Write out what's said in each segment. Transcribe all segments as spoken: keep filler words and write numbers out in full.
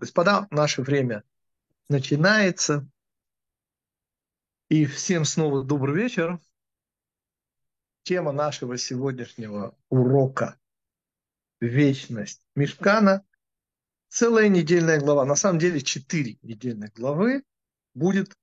Господа, наше время начинается. И всем снова добрый вечер. Тема нашего сегодняшнего урока — вечность Мишкана. Целая недельная глава, на самом деле четыре недельных главы будет,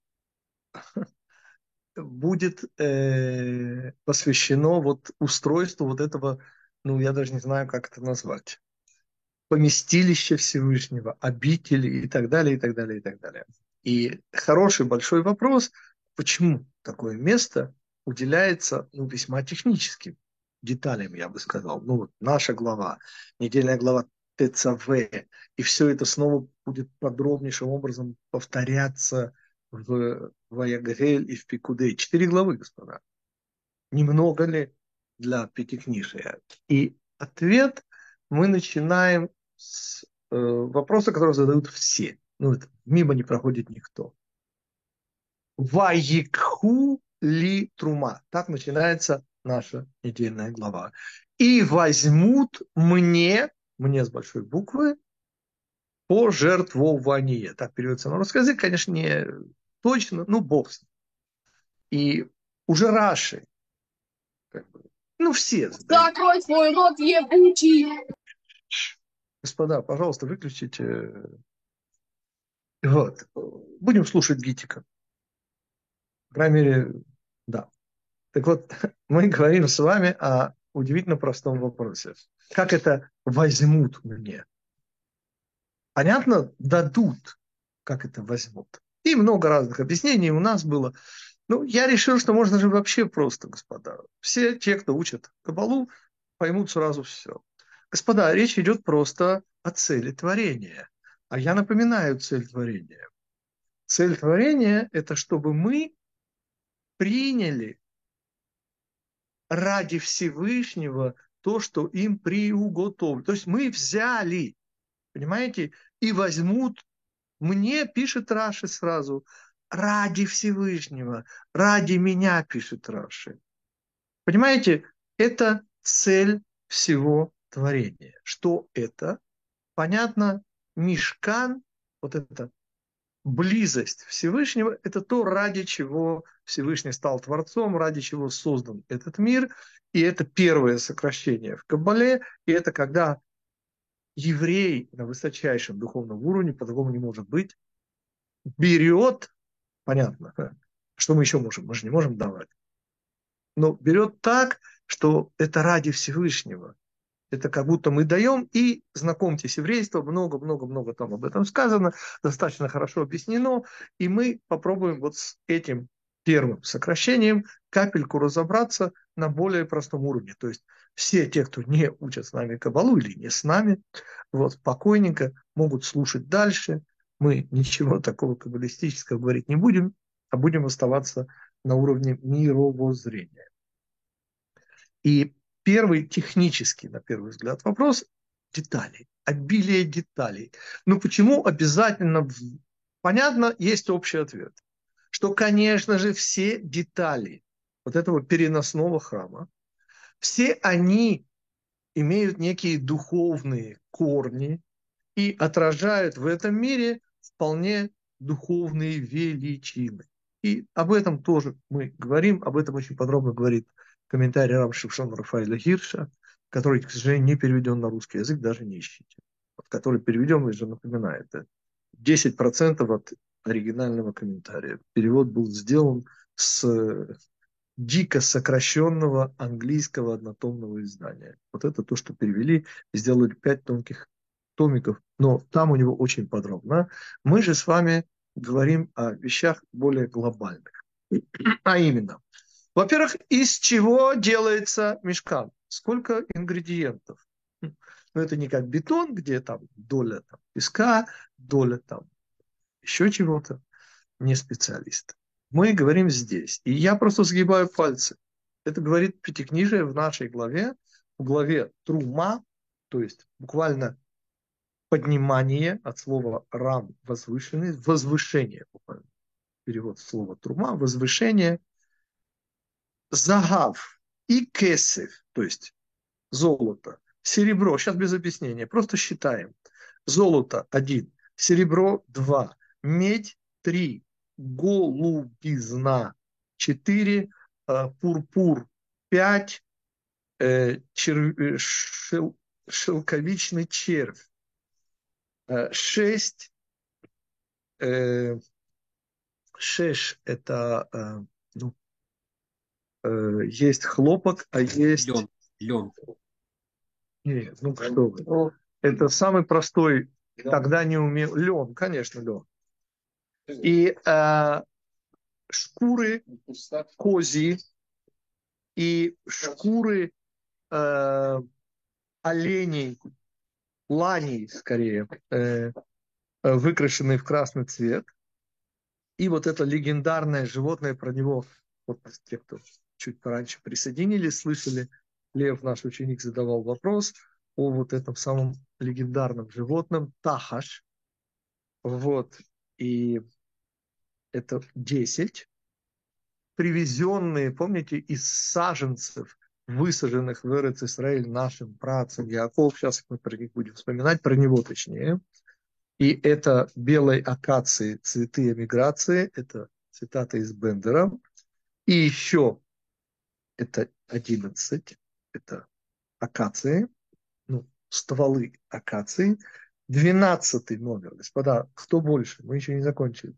будет э, посвящено вот устройству вот этого, ну я даже не знаю, как это назвать, поместилища Всевышнего, обители и так далее, и так далее, и так далее. И хороший большой вопрос, почему такое место уделяется, ну, весьма техническим деталям, я бы сказал. Ну, вот наша глава, недельная глава ТЦВ, и все это снова будет подробнейшим образом повторяться в Ваягель и в Пикудей. Четыре главы, господа. Немного ли для пятикнижия? И ответ мы начинаем с э, вопроса, который задают все. Ну, это мимо не проходит никто. Ваикху ли трума. Так начинается наша недельная глава. И возьмут мне, мне с большой буквы, пожертвование. Так переводится на русский язык, конечно, не точно, ну, бог с ним. И уже Раши, как бы, ну, все задают. Закрой свой рот, ебучий! Господа, пожалуйста, выключите. Вот. Будем слушать Гитика. По крайней мере, да. Так вот, мы говорим с вами о удивительно простом вопросе. Как это возьмут мне? Понятно, дадут, как это возьмут. И много разных объяснений у нас было. Ну, я решил, что можно же вообще просто, господа. Все те, кто учат Кабалу, поймут сразу все. Господа, речь идет просто о цели творения. А я напоминаю цель творения. Цель творения – это чтобы мы приняли ради Всевышнего то, что им приуготовлено. То есть мы взяли, понимаете, и возьмут. Мне, пишет Раши сразу, ради Всевышнего, ради меня, пишет Раши. Понимаете, это цель всего творения. Что это? Понятно, мишкан, вот это близость Всевышнего – это то, ради чего Всевышний стал Творцом, ради чего создан этот мир. И это первое сокращение в Каббале. И это когда еврей на высочайшем духовном уровне, по-другому не может быть, берет, понятно, что мы еще можем, мы же не можем давать, но берет так, что это ради Всевышнего. Это как будто мы даем, и знакомьтесь, еврейство, много-много-много там об этом сказано, достаточно хорошо объяснено, и мы попробуем вот с этим первым сокращением капельку разобраться на более простом уровне. То есть все те, кто не учат с нами Кабалу или не с нами, вот спокойненько могут слушать дальше. Мы ничего такого каббалистического говорить не будем, а будем оставаться на уровне мировоззрения. И первый технический, на первый взгляд, вопрос – деталей, обилие деталей. Ну почему обязательно? Понятно, есть общий ответ, что, конечно же, все детали вот этого переносного храма, все они имеют некие духовные корни и отражают в этом мире вполне духовные величины. И об этом тоже мы говорим, об этом очень подробно говорит комментарий рава Шимшона Рафаэля Хирша, который, к сожалению, не переведен на русский язык, даже не ищите. Вот, который переведен, я же напоминаю, это десять процентов от оригинального комментария. Перевод был сделан с дико сокращенного английского однотомного издания. Вот это то, что перевели, сделали пять тонких томиков, но там у него очень подробно. Мы же с вами говорим о вещах более глобальных. А именно, во-первых, из чего делается мишкан? Сколько ингредиентов? Ну, это не как бетон, где там доля там, песка, доля там еще чего-то. Не специалист. Мы говорим здесь. И я просто сгибаю пальцы. Это говорит Пятикнижие в нашей главе, в главе Трума, то есть буквально поднимание от слова рам, возвышенный, возвышение, буквально перевод слова Трума, возвышение, загав и кесев, то есть золото, серебро, сейчас без объяснения, просто считаем. Золото один, серебро два, медь три, голубизна четыре, э, пурпур пять, э, черв- э, шел- шелковичный червь э, шесть, э, шеш это э, ну, э, есть хлопок, а есть... Лен. Лен. Нет, ну что вы. Это самый простой, тогда не умел... Лен, конечно, лен. И э, шкуры козьи и шкуры э, оленей, ланей скорее, э, выкрашенные в красный цвет. И вот это легендарное животное, про него, вот те, кто чуть пораньше присоединились, слышали, Лев, наш ученик, задавал вопрос о вот этом самом легендарном животном Тахаш. Вот. И это десять, привезенные, помните, из саженцев, высаженных в Эрец-Исраэль нашим працем Яков. Сейчас мы про них будем вспоминать, про него точнее. И это белой акации цветы эмиграции, это цитата из Бендера. И еще это одиннадцать, это акации, ну, стволы акации. Двенадцатый номер, господа, кто больше? Мы еще не закончили.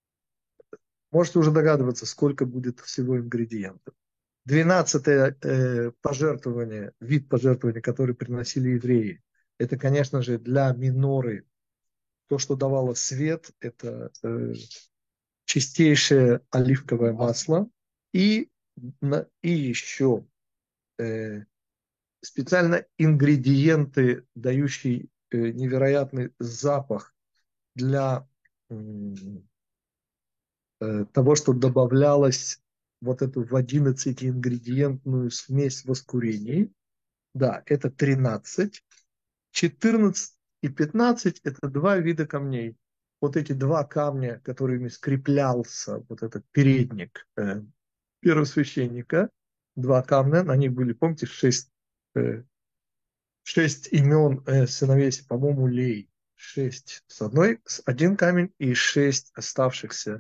Можете уже догадываться, сколько будет всего ингредиентов. Двенадцатое э, пожертвование, вид пожертвования, который приносили евреи, это, конечно же, для миноры. То, что давало свет, это э, чистейшее оливковое масло. И, на, и еще э, специально ингредиенты, дающие э, невероятный запах для м, э, того, что добавлялось вот эту в одиннадцатиингредиентную смесь воскурений. Да, это тринадцать. четырнадцать и пятнадцать – это два вида камней. Вот эти два камня, которыми скреплялся вот этот передник э, первосвященника, два камня, на них были, помните, шесть, э, шесть имен э, сыновей, по-моему, Лей. Шесть с одной, с один камень и шесть оставшихся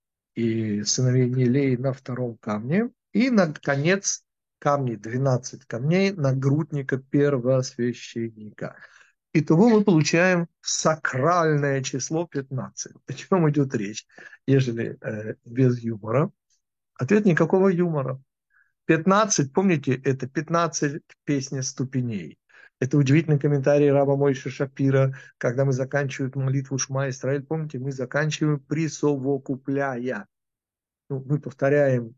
и сыновей Нелей на втором камне. И, наконец, камни, двенадцать камней нагрудника первосвященника. Итого мы получаем сакральное число пятнадцать. О чем идет речь, ежели э, без юмора? Ответ: никакого юмора. пятнадцать, помните, это пятнадцать песни ступеней. Это удивительный комментарий раба Мойши Шапира, когда мы заканчиваем молитву Шма Исраэль, помните, мы заканчиваем присовокупляя. Ну, мы повторяем,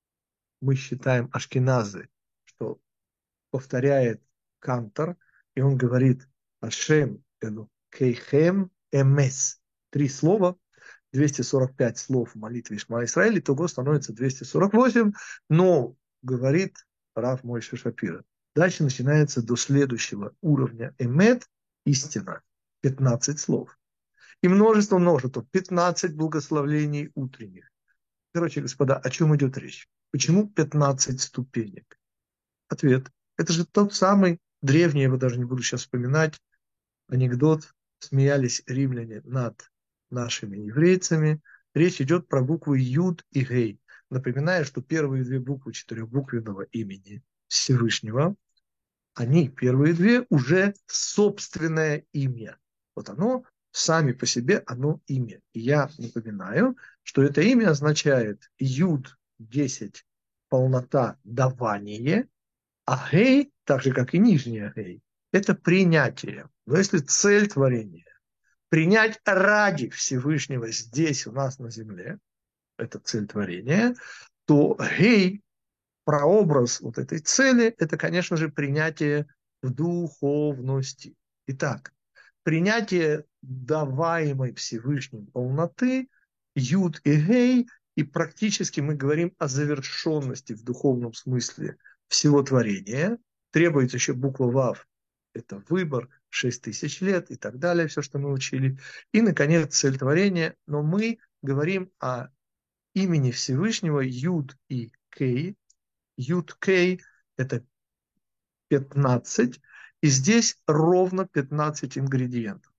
мы считаем ашкеназы, что повторяет Кантор, и он говорит Ашем Элокейхем Эмес. Три слова, двести сорок пять слов в молитве Шма Исраэль, итого становится двести сорок восемь, но говорит рав Мойши Шапира. Дальше начинается до следующего уровня Эмет, истина, пятнадцать слов. И множество, множество, пятнадцать благословлений утренних. Короче, господа, о чем идет речь? Почему пятнадцать ступенек? Ответ. Это же тот самый древний, я его даже не буду сейчас вспоминать, анекдот. Смеялись римляне над нашими еврейцами. Речь идет про буквы Юд и Гей. Напоминаю, что первые две буквы четырехбуквенного имени Всевышнего, они, первые две, уже собственное имя. Вот оно, сами по себе, оно имя. И я напоминаю, что это имя означает Юд десять, полнота, давание, а Гей, так же, как и нижняя Гей, это принятие. Но если цель творения принять ради Всевышнего здесь, у нас на земле, это цель творения, то Гей, прообраз вот этой цели, это, конечно же, принятие в духовности. Итак, принятие даваемой Всевышним полноты, Юд и Гей, и практически мы говорим о завершенности в духовном смысле всего творения. Требуется еще буква Вав, это выбор, шесть тысяч лет и так далее, все, что мы учили. И, наконец, цель творения, но мы говорим о имени Всевышнего Юд и Кей. Юд Кей – это пятнадцать, и здесь ровно пятнадцать ингредиентов.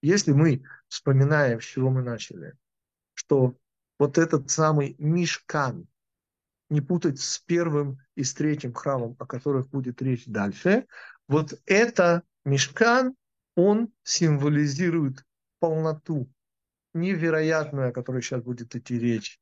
Если мы вспоминаем, с чего мы начали, что вот этот самый Мишкан, не путать с первым и с третьим храмом, о которых будет речь дальше, вот это Мишкан, он символизирует полноту невероятную, о которой сейчас будет идти речь.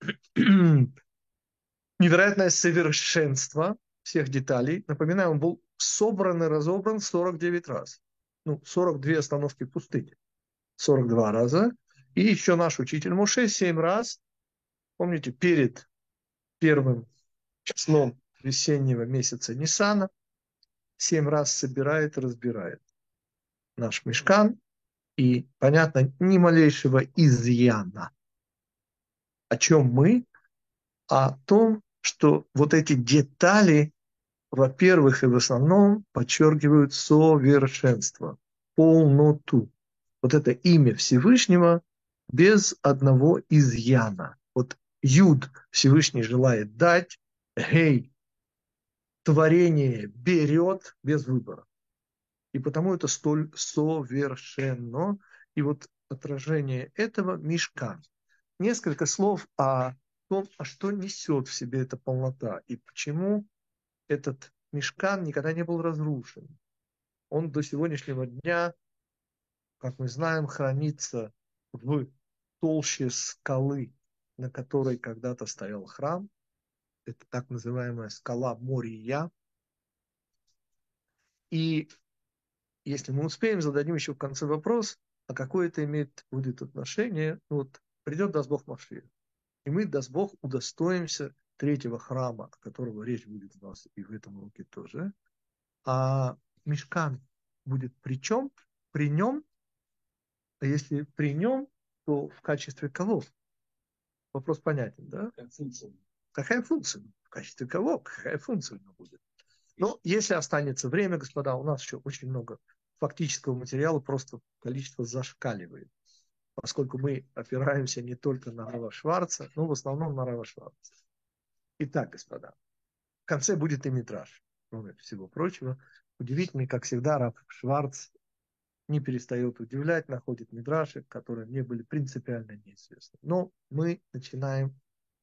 Невероятное совершенство всех деталей. Напоминаю, он был собран и разобран сорок девять раз. Ну, сорок две остановки в пустыне. сорок два раза. И еще наш учитель Моше семь раз. Помните, перед первым числом весеннего месяца Ниссана семь раз собирает и разбирает наш мишкан. И, понятно, ни малейшего изъяна. О чем мы? О том, что вот эти детали, во-первых, и в основном подчеркивают совершенство, полноту. Вот это имя Всевышнего без одного изъяна. Вот Юд Всевышний желает дать, Гей творение берет без выбора. И потому это столь совершенно. И вот отражение этого мишкан. Несколько слов о том, а что несет в себе эта полнота и почему этот мишкан никогда не был разрушен. Он до сегодняшнего дня, как мы знаем, хранится в толще скалы, на которой когда-то стоял храм. Это так называемая скала Мория. И если мы успеем, зададим еще в конце вопрос, а какое это имеет будет отношение. Ну, вот придет, даст Бог, Машиах. И мы, даст Бог, удостоимся третьего храма, о котором речь будет у нас и в этом уроке тоже. А мишкан будет при чем? При нем. А если при нем, то в качестве кого? Вопрос понятен, да? Какая функция? Какая функция? В качестве кого? Какая функция у него будет? Но если останется время, господа, у нас еще очень много фактического материала, просто количество зашкаливает. Поскольку мы опираемся не только на Рава Шварца, но в основном на Рава Шварца. Итак, господа, в конце будет и мидраш, кроме всего прочего. Удивительно, как всегда, Рав Шварц не перестает удивлять, находит мидраши, которые мне были принципиально неизвестны. Но мы начинаем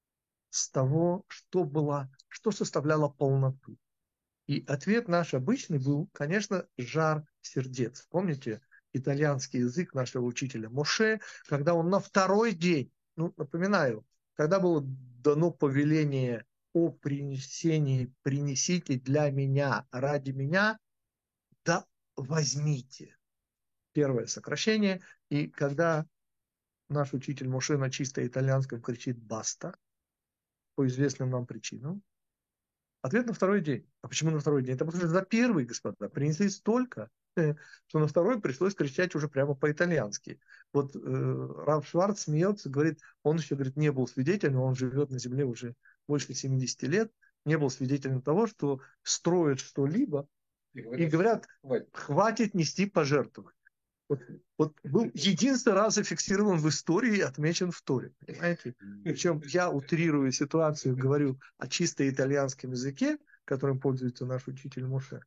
с того, что было, что составляло полноту. И ответ наш обычный был, конечно, жар сердец. Помните итальянский язык нашего учителя Моше, когда он на второй день, ну, напоминаю, когда было дано повеление о принесении, принесите для меня, ради меня, да возьмите. Первое сокращение. И когда наш учитель Моше на чисто итальянском кричит «баста», по известным нам причинам, ответ на второй день. А почему на второй день? Это потому что за первый, господа, принесли столько, что на второй пришлось кричать уже прямо по-итальянски. Вот э, Рав Шварц смеется, говорит, он еще, говорит, не был свидетелем, он живет на земле уже больше семидесяти лет, не был свидетелем того, что строят что-либо, и говорят, и говорят хватит. хватит нести пожертвования. Вот, вот был единственный раз зафиксирован в истории и отмечен в Торе. Понимаете? Причем я утрирую ситуацию, говорю о чисто итальянском языке, которым пользуется наш учитель Моше.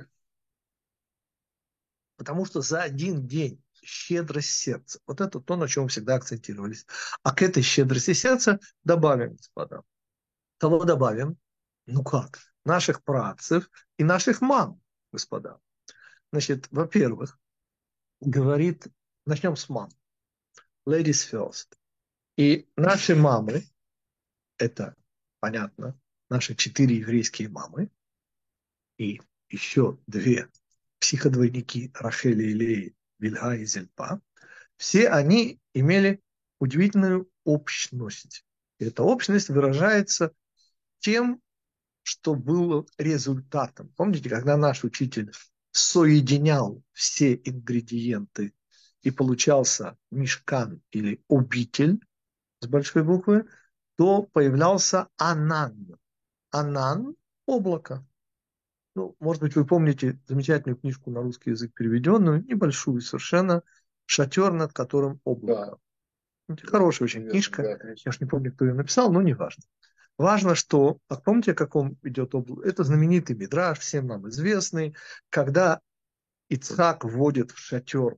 Потому что за один день щедрость сердца. Вот это то, на чем всегда акцентировались. А к этой щедрости сердца добавим, господа. Кого добавим? Ну как? Наших працев и наших мам, господа. Значит, во-первых, говорит, начнем с мам. Ladies first. И наши мамы, это понятно, наши четыре еврейские мамы, и еще две психодвойники Рахели и Леи, Вильга и Зельпа, все они имели удивительную общность. И эта общность выражается тем, что было результатом. Помните, когда наш учитель соединял все ингредиенты и получался мишкан или обитель с большой буквы, то появлялся Анан. Анан – облако. Ну, может быть, вы помните замечательную книжку на русский язык переведенную, небольшую совершенно, «Шатер, над которым облако». Да. Хорошая очень Привет, книжка. Да, я уж не помню, кто ее написал, но не важно. Важно, что, а помните, о каком идет облако? Это знаменитый мидраш, всем нам известный, когда Ицхак вводит в шатер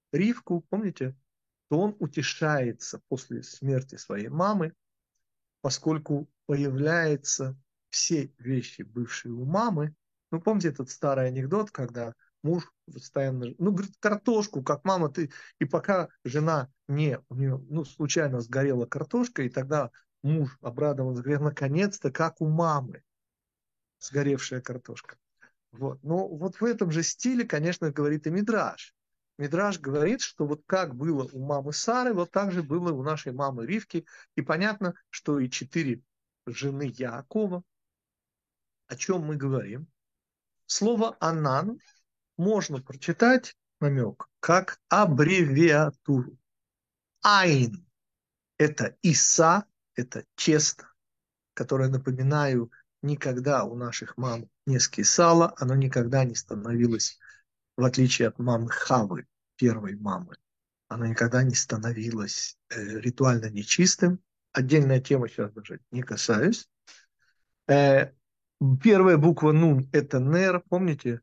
Ривку, помните, то он утешается после смерти своей мамы, поскольку появляются все вещи, бывшие у мамы. Ну, помните этот старый анекдот, когда муж постоянно, ну, говорит, картошку, как мама, ты, и пока жена не, у нее, ну, случайно сгорела картошка, и тогда муж обрадовался, говорит, наконец-то, как у мамы, сгоревшая картошка. Вот. Но вот в этом же стиле, конечно, говорит и Мидраш. Мидраш говорит, что вот как было у мамы Сары, вот так же было у нашей мамы Ривки. И понятно, что и четыре жены Яакова. О чем мы говорим? Слово «анан» можно прочитать, намек, как аббревиатуру. Айн – это иса, это тесто, которое, напоминаю, никогда у наших мам не скисало, оно никогда не становилось, в отличие от мамы Хавы, первой мамы, оно никогда не становилось э, ритуально нечистым. Отдельная тема, сейчас даже не касаюсь. Э, первая буква Нун – это Нер, помните?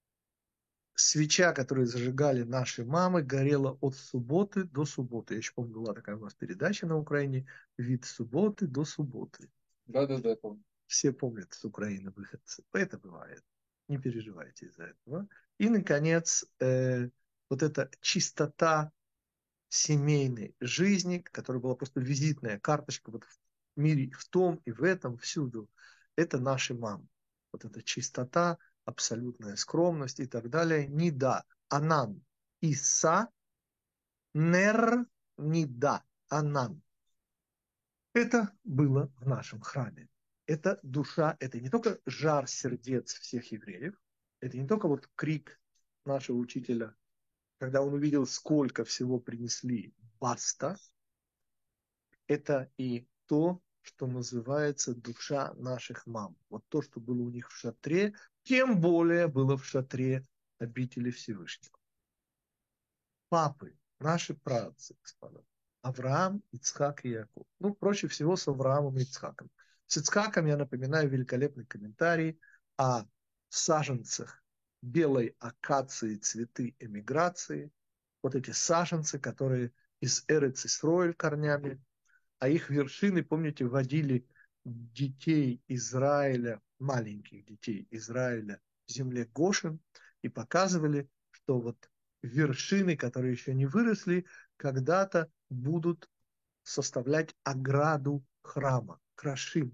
Свеча, которую зажигали наши мамы, горела от субботы до субботы. Я еще помню, была такая у нас передача на Украине «Вид субботы до субботы». Да-да-да, помню. Все помнят с Украины выходцы. Это бывает. Не переживайте из-за этого. И, наконец, э, вот эта чистота семейной жизни, которая была просто визитная карточка вот в мире, в том и в этом, всюду. Это наши мамы. Вот эта чистота, абсолютная скромность и так далее. Нида, анан, иса, нер, нида, анан. Это было в нашем храме. Это душа, это не только жар сердец всех евреев, это не только вот крик нашего учителя, когда он увидел, сколько всего принесли баста, это и то, что называется душа наших мам. Вот то, что было у них в шатре, тем более было в шатре обители Всевышнего. Папы, наши праотцы, господа. Авраам, Ицхак и Яков. Ну, проще всего с Авраамом и Ицхаком. С Ицхаком я напоминаю великолепный комментарий о саженцах белой акации цветы эмиграции. Вот эти саженцы, которые из Эрец Исроэль корнями, а их вершины, помните, водили детей Израиля, маленьких детей Израиля в земле Гошен и показывали, что вот вершины, которые еще не выросли, когда-то будут составлять ограду храма, крашим.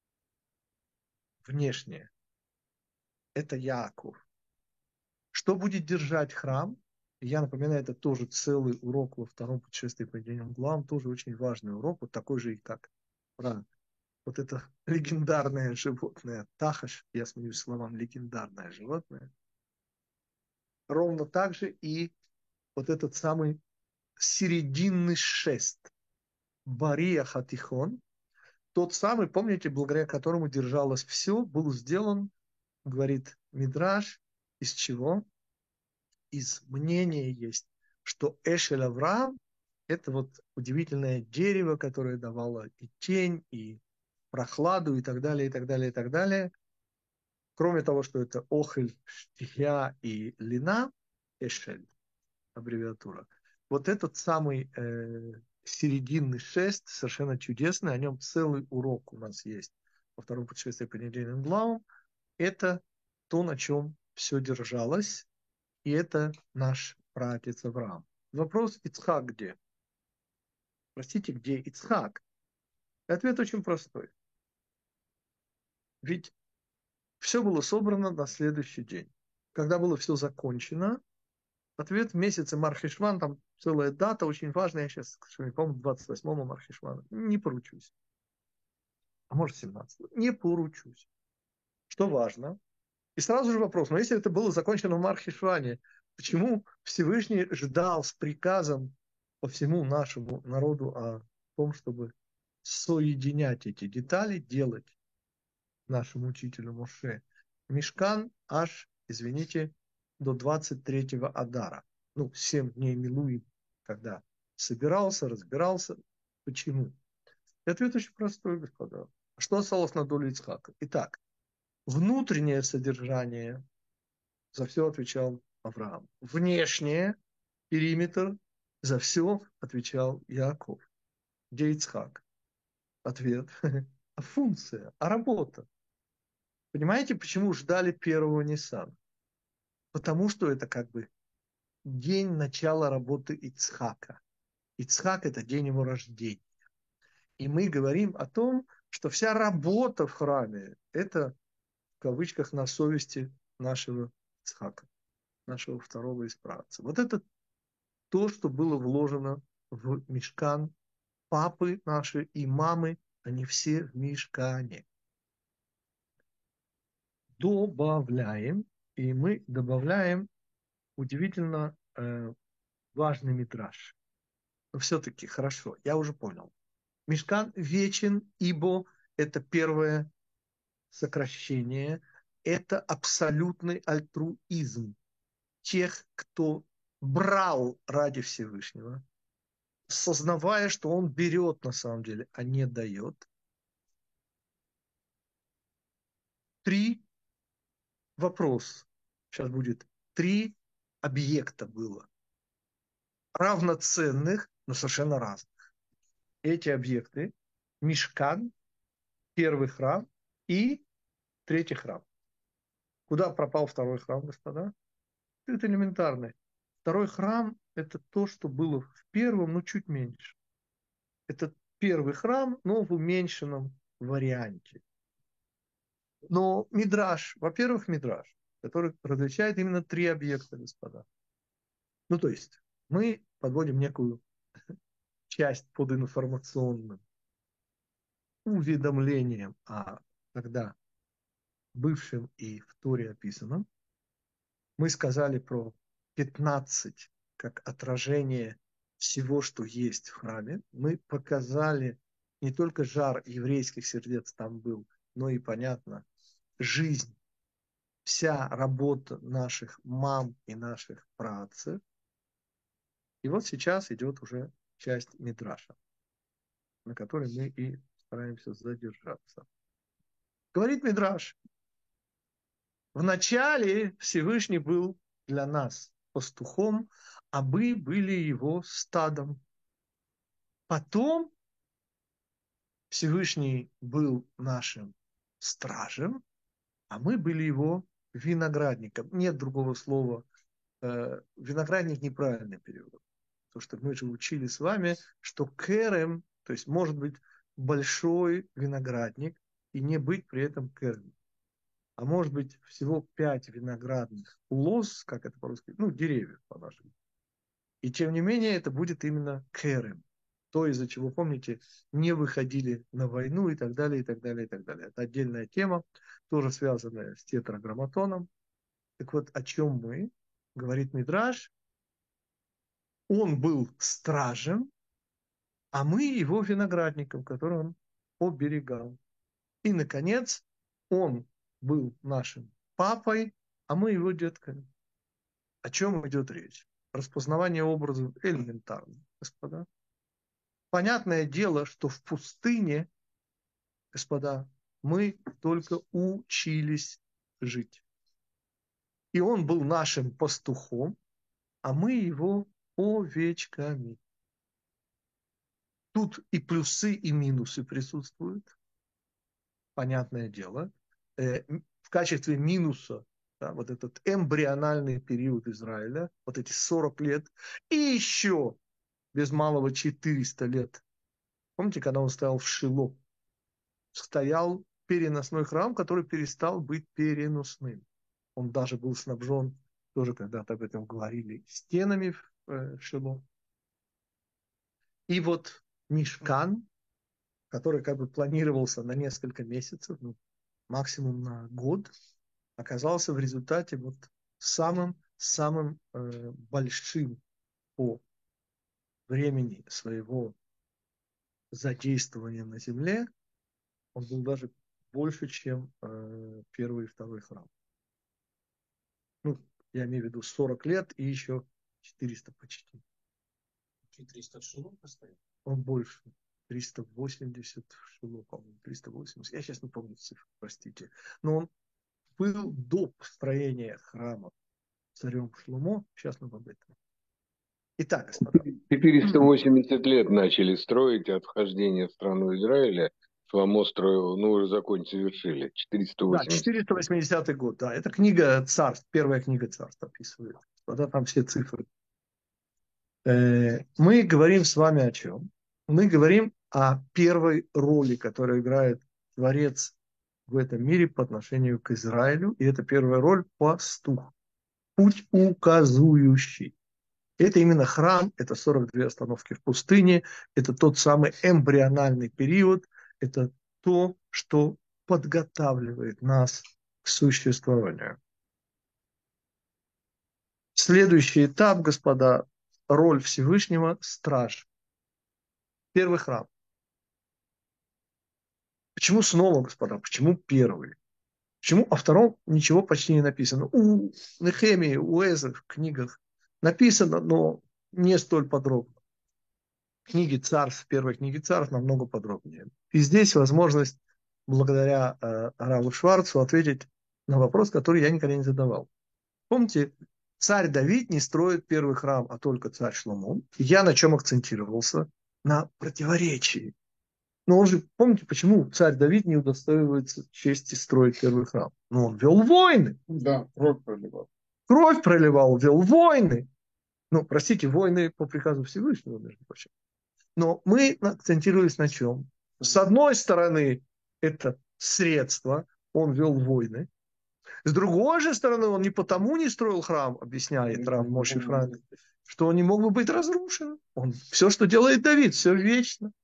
Внешнее. Это Яаков. Что будет держать храм? Я напоминаю, это тоже целый урок во втором путешествии по недельным главам, тоже очень важный урок, вот такой же, и как про вот это легендарное животное Тахаш, я смеюсь словам легендарное животное, ровно так же и вот этот самый серединный шест, Бария Хатихон, тот самый, помните, благодаря которому держалось все, был сделан, говорит Мидраш, из чего? Из мнения есть, что Эшель Авраам – это вот удивительное дерево, которое давало и тень, и прохладу, и так далее, и так далее, и так далее. Кроме того, что это Охель, Штихья и Лина, Эшель, аббревиатура. Вот этот самый э, серединный шест, совершенно чудесный, о нем целый урок у нас есть во втором путешествии по недельным главам. Это то, на чем все держалось, и это наш праотец Авраам. Вопрос: Ицхак где? Простите, где Ицхак? Ответ очень простой. Ведь все было собрано на следующий день. Когда было все закончено, ответ в месяце Мархешван, там целая дата очень важная, я сейчас, к сожалению, по-моему, двадцать восьмого Мархешвана, не поручусь. А может семнадцатого, не поручусь. Что важно? И сразу же вопрос, но если это было закончено в Мархешване, почему Всевышний ждал с приказом по всему нашему народу о том, чтобы соединять эти детали, делать нашему учителю Моше мишкан аж, извините, до двадцать третьего Адара. Ну, семь дней Милуим, когда собирался, разбирался. Почему? И ответ очень простой, господа. Что осталось на долю Ицхака? Итак, внутреннее содержание за все отвечал Авраам. Внешнее периметр, за все отвечал Яаков. Где Ицхак? Ответ. А функция, а работа. Понимаете, почему ждали первого Ниссана? Потому что это как бы день начала работы Ицхака. Ицхак – это день его рождения. И мы говорим о том, что вся работа в храме – это, в кавычках, на совести нашего Ицхака, нашего второго исправца. Вот это то, что было вложено в мишкан. Папы наши и мамы, они все в мишкане. Добавляем, и мы добавляем удивительно э, важный мидраш. Но все-таки хорошо, я уже понял. Мишкан вечен, ибо это первое сокращение, это абсолютный альтруизм тех, кто брал ради Всевышнего, сознавая, что он берет на самом деле, а не дает. Три вопроса. Сейчас будет три объекта было. Равноценных, но совершенно разных. Эти объекты – Мишкан, первый храм и третий храм. Куда пропал второй храм, господа? Это элементарно. Второй храм – это то, что было в первом, но чуть меньше. Это первый храм, но в уменьшенном варианте. Но мидраш, во-первых, мидраш, который различает именно три объекта, господа. Ну, то есть, мы подводим некую часть под информационным уведомлением о тогда бывшем и в Торе описанном. Мы сказали про пятнадцать как отражение всего, что есть в храме. Мы показали не только жар еврейских сердец там был, но и, понятно, жизнь, вся работа наших мам и наших праотцев. И вот сейчас идет уже часть мидраша, на которой мы и стараемся задержаться. Говорит мидраш, вначале Всевышний был для нас пастухом, а мы были его стадом. Потом Всевышний был нашим стражем, а мы были его виноградником. Нет другого слова. Виноградник неправильный перевод. Потому что мы же учили с вами, что керем, то есть может быть большой виноградник и не быть при этом керем. А может быть всего пять виноградных лоз, как это по-русски, ну, деревьев по-нашему. И тем не менее это будет именно керем. То, из-за чего, помните, не выходили на войну и так далее, и так далее, и так далее. Это отдельная тема, тоже связанная с тетраграмматоном. Так вот, о чем мы? Говорит Мидраш. Он был стражем, а мы его виноградником, который он оберегал. И, наконец, он был нашим папой, а мы его детками. О чем идет речь? Распознавание образов элементарно, господа. Понятное дело, что в пустыне, господа, мы только учились жить. И он был нашим пастухом, а мы его овечками. Тут и плюсы, и минусы присутствуют. Понятное дело. В качестве минуса, да, вот этот эмбриональный период Израиля, вот эти сорок лет, и еще без малого четыреста лет. Помните, когда он стоял в Шило? Стоял переносной храм, который перестал быть переносным. Он даже был снабжен, тоже когда-то об этом говорили, стенами в Шило. И вот Мишкан, который как бы планировался на несколько месяцев, ну, максимум на год, оказался в результате вот самым-самым э, большим по времени своего задействования на земле. Он был даже больше, чем э, первый и второй храм. Ну, я имею в виду сорок лет и еще четыреста почти. триста в Шило постоянно? Он больше. триста восемьдесят в Шило, по-моему, триста восемьдесят. Я сейчас не помню цифры, простите. Но он был до построения храма царем Шломо. Сейчас мы об этом. Итак, господа. четыреста восемьдесят лет начали строить от вхождения в страну Израиля. Шламо строил, ну, уже закон завершили. четыреста Да, восемьдесят. четыреста восьмидесятый год, да. Это книга царств, первая книга царств описывает. Господа, там все цифры. Э, Мы говорим с вами о чем? Мы говорим о первой роли, которую играет Творец в этом мире по отношению к Израилю. И это первая роль – пастух, путь указующий. Это именно храм, это сорок две остановки в пустыне, это тот самый эмбриональный период, это то, что подготавливает нас к существованию. Следующий этап, господа, роль Всевышнего – страж. Первый храм. Почему снова, господа, почему первый? Почему о втором ничего почти не написано? У Нехемии, у Эзры в книгах написано, но не столь подробно. Книги царств, первой книги царств намного подробнее. И здесь возможность, благодаря э, Раву Шварцу, ответить на вопрос, который я никогда не задавал. Помните, царь Давид не строит первый храм, а только царь Шломо. Я на чем акцентировался? На противоречии. Но он же, помните, почему царь Давид не удостоивается чести строить первый храм? Ну, он вел войны. Да, кровь проливал. Кровь проливал, вел войны. Ну, простите, войны по приказу Всевышнего, между прочим. Но мы акцентировались на чем? С одной стороны, это средство, он вел войны. С другой же стороны, он не потому не строил храм, объясняет Рав Моше Франк, что он не мог бы быть разрушен. Он, все, что делает Давид, все вечно.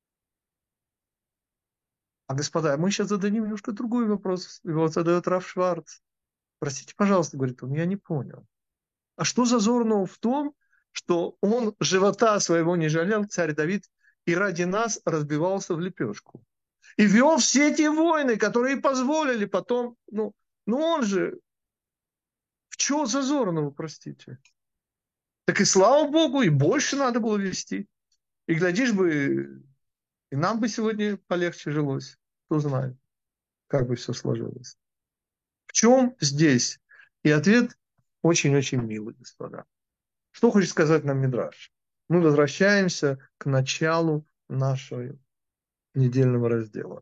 А, господа, мы сейчас зададим немножко другой вопрос. Его задает Рав Шварц. Простите, пожалуйста, говорит он, я не понял. А что зазорного в том, что он живота своего не жалел, царь Давид, и ради нас разбивался в лепешку? И вел все эти войны, которые позволили потом... Ну, ну он же... В чего зазорного, простите? Так и слава Богу, и больше надо было вести. И глядишь бы, и нам бы сегодня полегче жилось. Кто знает, как бы все сложилось. В чем здесь? И ответ очень-очень милый, господа. Что хочет сказать нам Мидраш? Мы возвращаемся к началу нашего недельного раздела.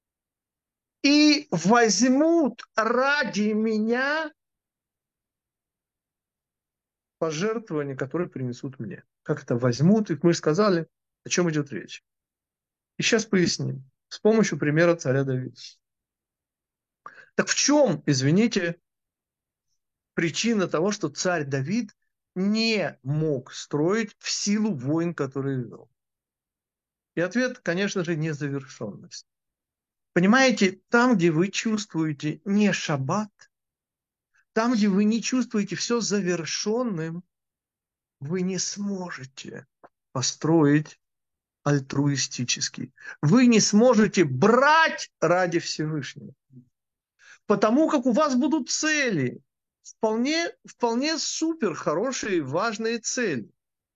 И возьмут ради меня пожертвования, которые принесут мне. Как это возьмут? И мы же сказали, о чем идет речь. И сейчас поясним. С помощью примера царя Давида. Так в чем, извините, причина того, что царь Давид не мог строить в силу войн, которые вел? И ответ, конечно же, незавершенность. Понимаете, там, где вы чувствуете не шаббат, там, где вы не чувствуете все завершенным, вы не сможете построить альтруистический. Вы не сможете брать ради Всевышнего. Потому как у вас будут цели. Вполне, вполне супер хорошие, важные цели.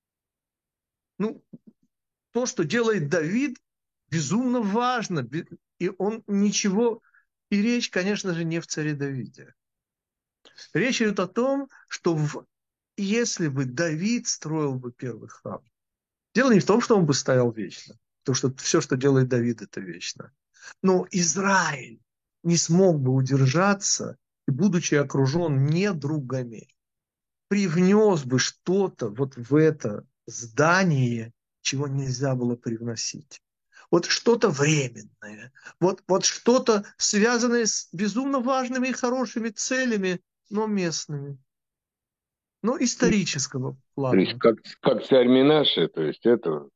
Ну, то, что делает Давид, безумно важно. И он ничего... И речь, конечно же, не в царе Давиде. Речь идет о том, что в... если бы Давид строил бы первый храм, дело не в том, что он бы стоял вечно, потому что все, что делает Давид, это вечно. Но Израиль не смог бы удержаться, и, будучи окружен недругами, привнес бы что-то вот в это здание, чего нельзя было привносить. Вот что-то временное, вот, вот что-то связанное с безумно важными и хорошими целями, но местными, но исторического То есть плана. как, как царь Менаше, то есть это...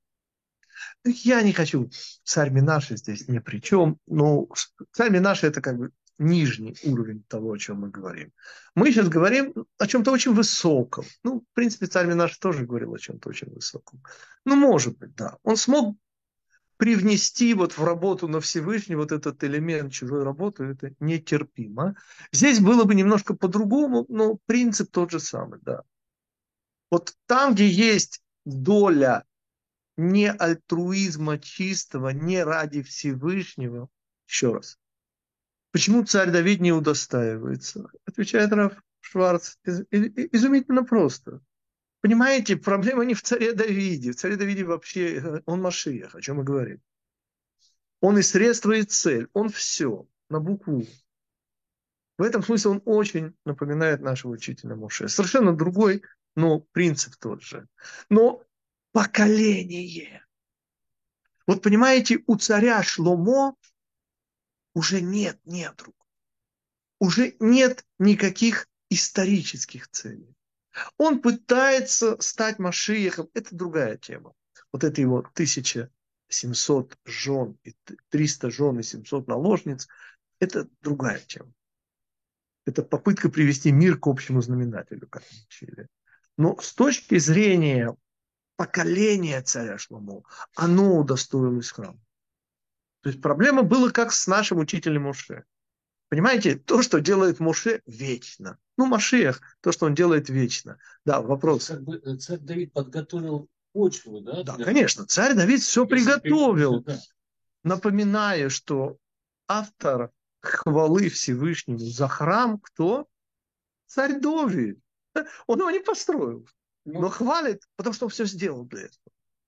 Я не хочу, царь Менаше здесь ни при чем, но царь Менаше это как бы нижний уровень того, о чем мы говорим. Мы сейчас говорим о чем-то очень высоком. Ну, в принципе, царь Менаше тоже говорил о чем-то очень высоком. Ну, может быть, да. Он смог привнести вот в работу на Всевышний вот этот элемент чужой работы, это нетерпимо. Здесь было бы немножко по-другому, но принцип тот же самый, да. Вот там, где есть доля не альтруизма чистого, не ради Всевышнего, еще раз, почему царь Давид не удостаивается? Отвечает Рав Шварц, из, из, изумительно просто. Понимаете, проблема не в царе Давиде. В царе Давиде вообще он Машиах, о чем мы говорим. Он и средство, и цель. Он все на букву. В этом смысле он очень напоминает нашего учителя Моше. Совершенно другой, но принцип тот же. Но поколение. Вот понимаете, у царя Шломо уже нет недруг. Уже нет никаких исторических целей. Он пытается стать Машиахом. Это другая тема. Вот это его тысяча семьсот жен, и триста жен и семьсот наложниц. Это другая тема. Это попытка привести мир к общему знаменателю, как мы учили. Но с точки зрения поколения царя Шломо, оно удостоилось храма. То есть проблема была как с нашим учителем Моше. Понимаете, то, что делает Моше, вечно. Ну, Машиах, то, что он делает вечно. Да, вопрос. Как бы царь Давид подготовил почву, да? Да, для... конечно, царь Давид все Если приготовил. да. Напоминаю, что автор хвалы Всевышнему за храм кто? Царь Давид. Он его не построил, но хвалит, потому что он все сделал для этого.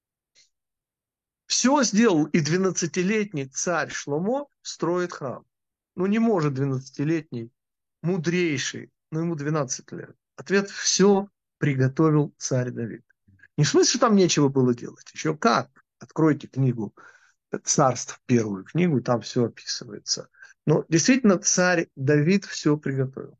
Все сделал, и двенадцатилетний царь Шломо строит храм. Ну, не может двенадцатилетний, мудрейший, но ему двенадцать лет. Ответ: все приготовил царь Давид. Не в смысле, что там нечего было делать. Еще как. Откройте книгу Царств, первую книгу, там все описывается. Но действительно царь Давид все приготовил.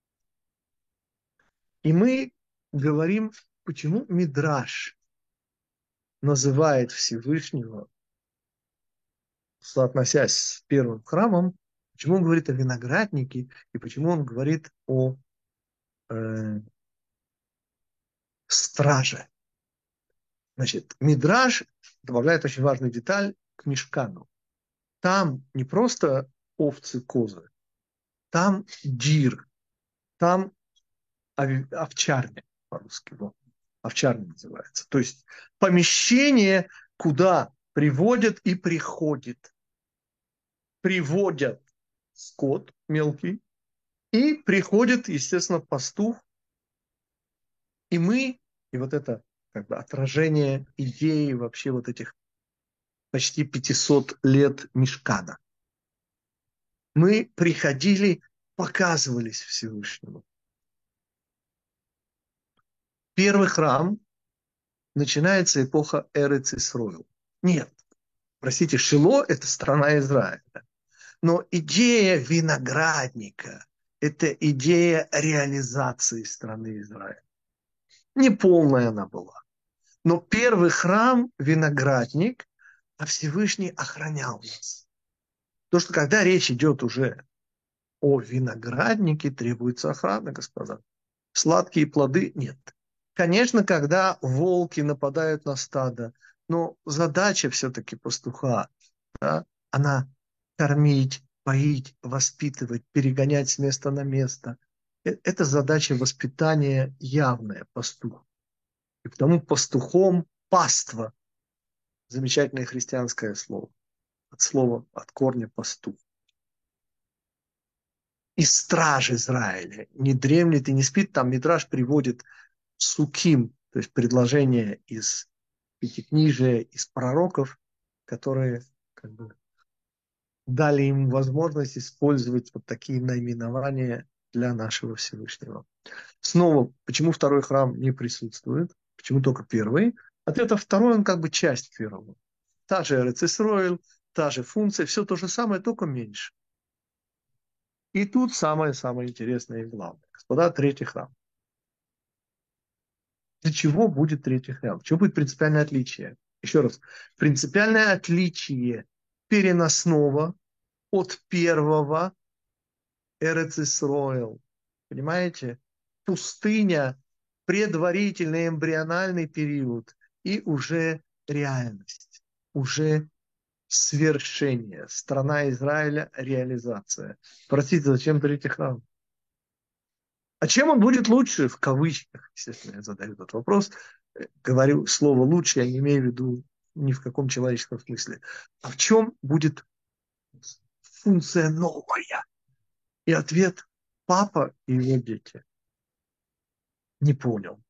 И мы говорим, почему Мидраш называет Всевышнего, соотносясь с первым храмом, почему он говорит о винограднике и почему он говорит о э, страже. Значит, Мидраш добавляет очень важную деталь к Мишкану. Там не просто овцы, козы, там дир, там овчарня по-русски, вот, овчарня называется. То есть помещение, куда приводят и приходит. Приводят скот мелкий, и приходит, естественно, пастух. И мы, и вот это как бы отражение идеи вообще вот этих почти пятисот лет Мишкана. Мы приходили, показывались Всевышнему. Первый храм, начинается эпоха Эрец Исроил. Нет, простите, Шило – это страна Израиля. Но идея виноградника – это идея реализации страны Израиля. Неполная она была. Но первый храм – виноградник, а Всевышний охранял нас. То, что когда речь идет уже о винограднике, требуется охрана, господа. Сладкие плоды – нет. Конечно, когда волки нападают на стадо, но задача все-таки пастуха, да, она кормить, поить, воспитывать, перегонять с места на место. Это задача воспитания явная, пастух. И потому пастухом паства. Замечательное христианское слово. От слова, от корня пастух. И страж Израиля не дремлет и не спит. Там Мидраш приводит суким, то есть предложения из пятикнижия, из пророков, которые как бы дали им возможность использовать вот такие наименования для нашего Всевышнего. Снова, почему второй храм не присутствует? Почему только первый? Ответ: а второй, он как бы часть первого. Та же Эрец Исроэль, та же функция, все то же самое, только меньше. И тут самое-самое интересное и главное. Господа, третий храм. Для чего будет третий храм? В чем будет принципиальное отличие? Еще раз. Принципиальное отличие переносного от первого Эрец Исроэль. Понимаете? Пустыня, предварительный эмбриональный период и уже реальность, уже свершение. Страна Израиля, реализация. Простите, зачем третий храм? А чем он будет лучше? В кавычках, естественно, я задаю этот вопрос. Говорю слово «лучше», я не имею в виду ни в каком человеческом смысле. А в чем будет функция новая? И ответ: папа и его дети. Не понял.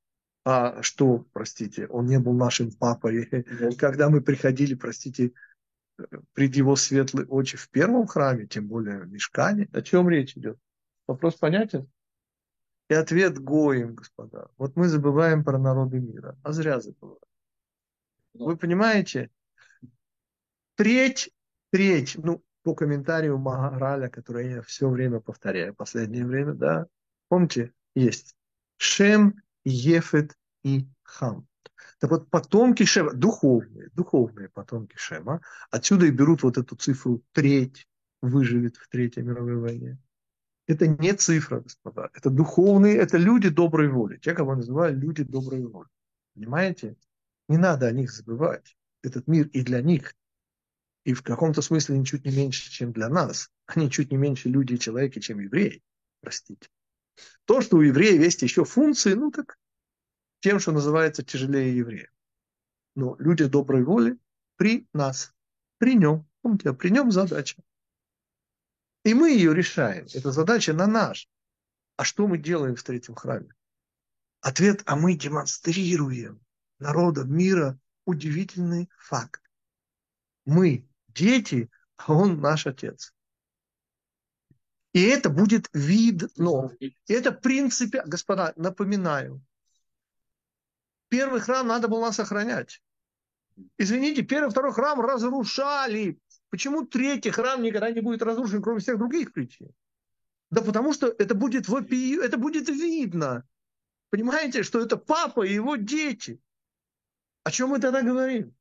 А что, простите, он не был нашим папой, когда мы приходили, простите, пред его светлые очи в первом храме, тем более в мишкане? О чем речь идет? Вопрос понятен? И ответ гоим, господа. Вот мы забываем про народы мира, а зря забываем. Вы понимаете? Треть, треть, ну, по комментарию Магараля, который я все время повторяю, в последнее время, да, помните, есть Шем, Ефет и Хам. Так вот, потомки Шема, духовные, духовные потомки Шема, отсюда и берут вот эту цифру треть выживет в Третьей мировой войне. Это не цифра, господа, это духовные, это люди доброй воли, те, кого называют люди доброй воли. Понимаете? Не надо о них забывать. Этот мир и для них, и в каком-то смысле ничуть не меньше, чем для нас. Они чуть не меньше люди и человеки, чем евреи. Простите. То, что у евреев есть еще функции, ну так тем, что называется тяжелее евреев. Но люди доброй воли при нас, при нем. Помните, при нем задача. И мы ее решаем. Эта задача на наш. А что мы делаем в третьем храме? Ответ, а мы демонстрируем народам мира удивительный факт. Мы дети, а он наш отец. И это будет видно. Это принципе, господа, напоминаю. Первый храм надо было сохранять. Извините, первый, второй храм разрушали. Почему третий храм никогда не будет разрушен, кроме всех других причин? Да потому что это будет вопию, это будет видно. Понимаете, что это папа и его дети. О чем мы тогда говорим?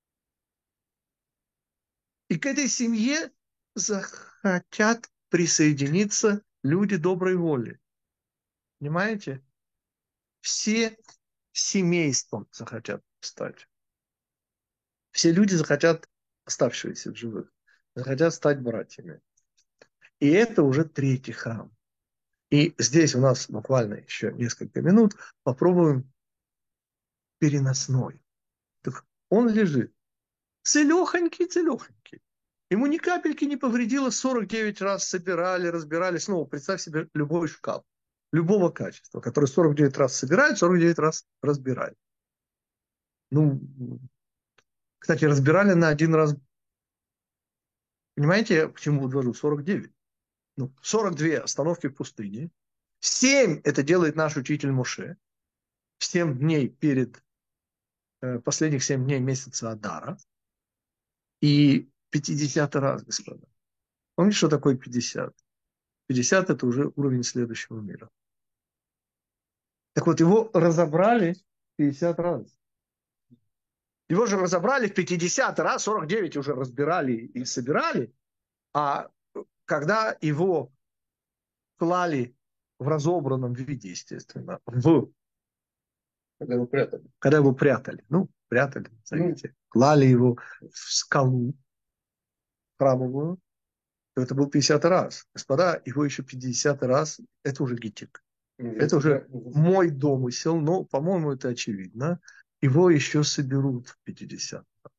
И к этой семье захотят присоединиться люди доброй воли. Понимаете? Все семейством захотят стать. Все люди захотят, оставшиеся в живых, захотят стать братьями. И это уже третий храм. И здесь у нас буквально еще несколько минут. Попробуем переносной. Так он лежит. Целехонький, целехонький. Ему ни капельки не повредило. сорок девять раз собирали, разбирали. Снова представь себе любой шкаф. Любого качества, который сорок девять раз собирают, сорок девять раз разбирают. Ну, кстати, разбирали на один раз. Понимаете, я к чему подвожу? сорок девять. Ну, сорок две остановки в пустыне. семь это делает наш учитель Моше. семь дней перед, э, последних семь дней месяца Адара. И пятидесятый раз, господа. Помните, что такое пятьдесят? пятьдесят это уже уровень следующего мира. Так вот, его разобрали пятьдесят раз. Его же разобрали в пятьдесят раз, сорок девять уже разбирали и собирали. А когда его клали в разобранном виде, естественно, в... Когда его прятали. Когда его прятали. Ну, прятали, знаете. Ну, клали его в скалу храмовую. Это был пятьдесят раз. Господа, его еще пятьдесят раз. Это уже гитик. Это уже мой домысел, но, по-моему, это очевидно. Его еще соберут в пятьдесят раз.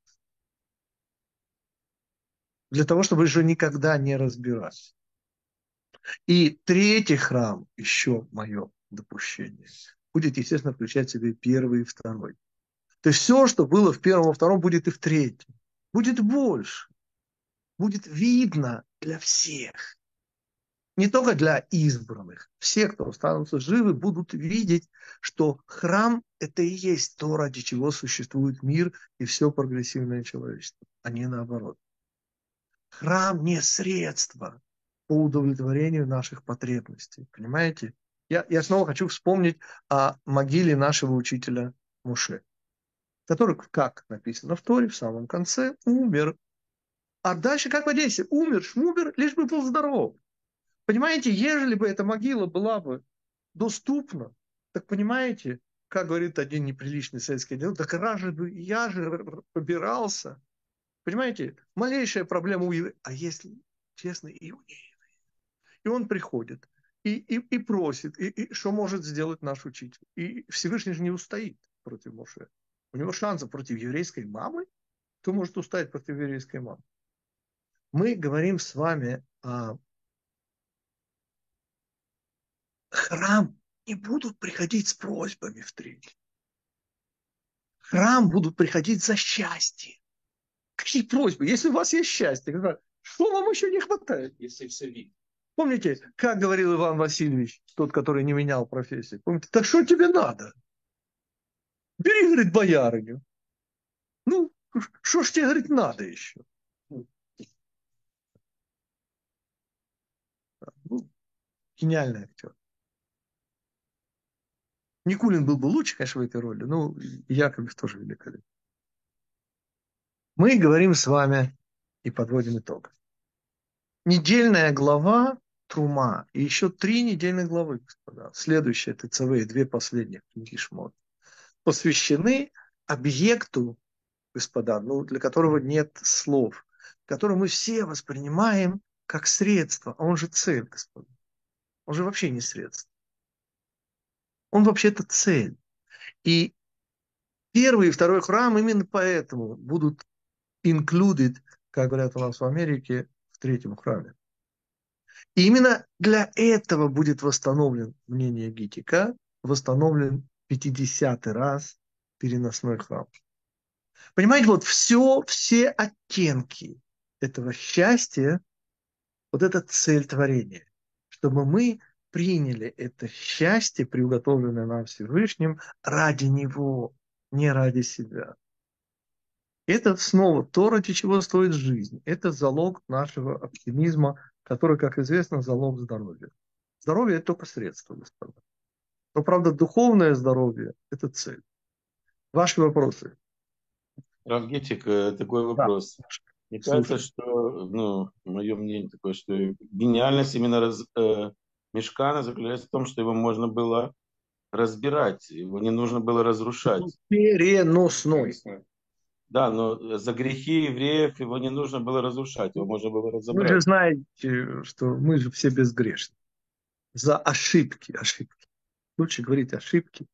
Для того, чтобы еще никогда не разбирать. И третий храм, еще мое допущение, будет, естественно, включать в себе первый и второй. То есть все, что было в первом и втором, будет и в третьем. Будет больше. Будет видно для всех. Не только для избранных. Все, кто останутся живы, будут видеть, что храм – это и есть то, ради чего существует мир и все прогрессивное человечество, а не наоборот. Храм не средство по удовлетворению наших потребностей. Понимаете? Я, я снова хочу вспомнить о могиле нашего учителя Моше, который, как написано в Торе, в самом конце, умер. А дальше как в Одессе? Умер, шмумер, лишь бы был здоров. Понимаете, ежели бы эта могила была бы доступна, так понимаете, как говорит один неприличный советский отдел, так раньше бы я же побирался. Понимаете, малейшая проблема у еврея. А если честно, и у еврея. И он приходит и, и, и просит, и, и что может сделать наш учитель. И Всевышний же не устоит против Моше. У него шансов против еврейской мамы. Кто может устоять против еврейской мамы? Мы говорим с вами о храм. Не будут приходить с просьбами в третий. в храм будут приходить за счастьем. Какие просьбы? Если у вас есть счастье, что вам еще не хватает? Если все видят. Помните, как говорил Иван Васильевич, тот, который не менял профессию? Помните, так что тебе надо? Бери, говорит, боярыню. Ну, что ж тебе, говорит, надо еще? Ну, гениальный актер. Никулин был бы лучше, конечно, в этой роли, но Яковлев тоже великолепен. Мы говорим с вами и подводим итог. Недельная глава Трума и еще три недельных главы, господа. Следующие ТЦВ, две последних книги Шмот, посвящены объекту, господа, ну, для которого нет слов, который мы все воспринимаем как средство, а он же цель, господа. Он же вообще не средство. Он вообще-то цель. И первый и второй храм именно поэтому будут included, как говорят у нас в Америке, в третьем храме. И именно для этого будет восстановлен, мнение Гитика, восстановлен пятидесятый раз переносной храм. Понимаете, вот все, все оттенки этого счастья, вот это цель творения, чтобы мы приняли это счастье, приуготовленное нам Всевышним, ради Него, не ради себя. Это снова то, ради чего стоит жизнь. Это залог нашего оптимизма, который, как известно, залог здоровья. Здоровье – это только средство, господа. Но, правда, духовное здоровье – это цель. Ваши вопросы? Равгетик, э, такой Да. вопрос. Мне Слушаю. кажется, что, ну, мое мнение такое, что гениальность именно раз, э, Мишкана заключается в том, что его можно было разбирать, его не нужно было разрушать. Переносной. Да, но за грехи евреев его не нужно было разрушать, его можно было Вы же разобрать. знаете, что мы же все безгрешны. За ошибки, ошибки. Лучше говорить ошибки.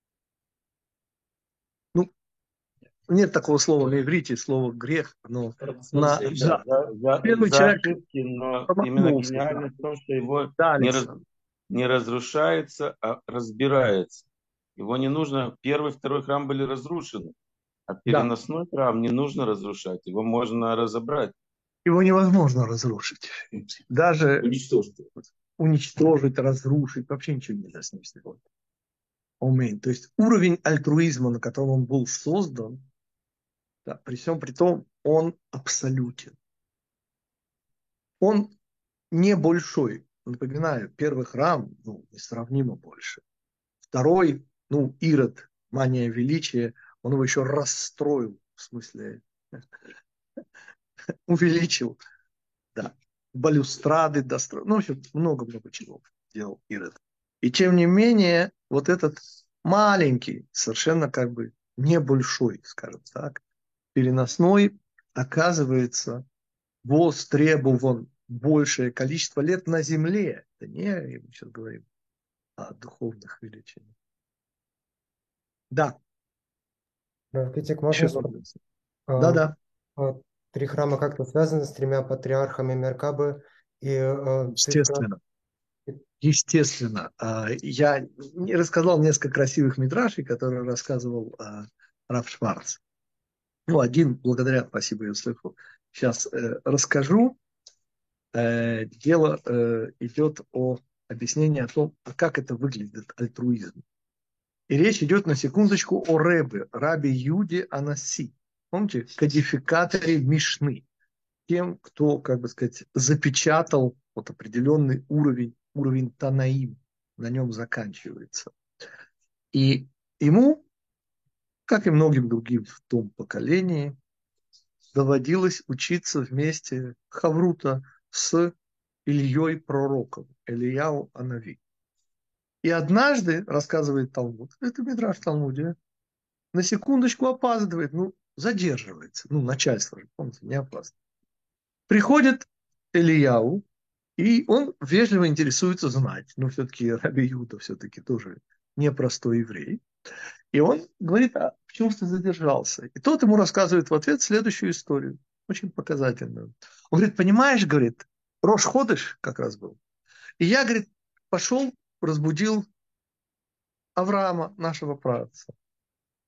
Ну, нет такого слова на иврите, слово грех, но на, Это, за, за, за, первый за человек ошибки, но именно промахнулся. Да. гениальность в том, что его Да, не, раз, Александр. не разрушается, а разбирается. Его не нужно, первый, второй храм были разрушены, а Да. переносной храм не нужно разрушать, его можно разобрать. Его невозможно разрушить. Даже Уничтожить. уничтожить, разрушить, вообще ничего нельзя с ним сделать. Аминь. То есть уровень альтруизма, на котором он был создан, да, при всем при том, он абсолютен. Он не большой. Напоминаю, первый храм, ну, несравнимо больше. Второй, ну, Ирод, мания величия, он его еще расстроил, в смысле, увеличил, да, балюстрады достроил, ну, в общем, много-много чего делал Ирод. И тем не менее, вот этот маленький, совершенно как бы небольшой, скажем так, переносной, оказывается, востребован большее количество лет на земле. Это не, мы сейчас говорим о духовных величинах. Да. Равгетик, можно Еще спросить? вопрос? А, Да-да. а, Три храма как-то связаны с тремя патриархами Меркабы и а, цифра... Естественно. Естественно. А, Я не рассказал несколько красивых мидрашей, которые рассказывал а, Рав Шварц. Ну, один, благодаря, спасибо Йосефу, сейчас э, расскажу. Э, дело э, идет о объяснении о том, а как это выглядит, альтруизм. И речь идет на секундочку о Ребе, Раби Юде Анаси. Помните, кодификаторе Мишны. Тем, кто, как бы сказать, запечатал вот определенный уровень, уровень Танаим, на нем заканчивается. И ему, как и многим другим в том поколении, доводилось учиться вместе Хаврута с Ильей пророком, Элияу Анави. И однажды, рассказывает Талмуд, это Мидраш в Талмуде, на секундочку опаздывает, ну, задерживается. Ну, начальство же, помните, не опаздывает. Приходит Элияу, и он вежливо интересуется знать. Ну, все-таки Раби Юда все-таки тоже непростой еврей. И он говорит, а почему ты задержался? И тот ему рассказывает в ответ следующую историю, очень показательную. Он говорит, понимаешь, говорит, Рош Ходыш как раз был. И я, говорит, пошел, разбудил Авраама, нашего праотца.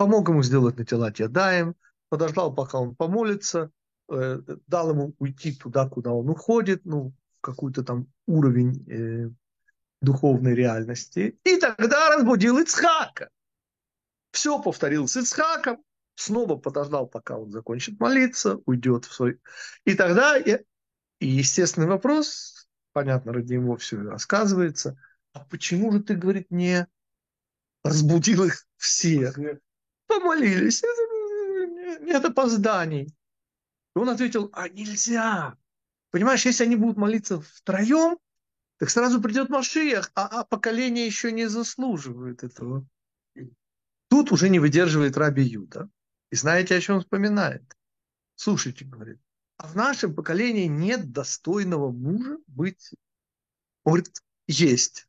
помог ему сделать натилат ядаем, подождал, пока он помолится, э, дал ему уйти туда, куда он уходит, ну, какой-то там уровень э, духовной реальности, и тогда разбудил Ицхака. Все повторил с Ицхаком, снова подождал, пока он закончит молиться, уйдет в свой... И тогда, и естественный вопрос, понятно, ради него все рассказывается, а почему же ты, говорит, не разбудил их всех? Помолились, это, нет опозданий. И он ответил, а нельзя. Понимаешь, если они будут молиться втроем, так сразу придет Машиах, а, а поколение еще не заслуживает этого. Тут уже не выдерживает Раби Юда. И знаете, о чем он вспоминает? Слушайте, говорит, а в нашем поколении нет достойного мужа быть. Он говорит, есть.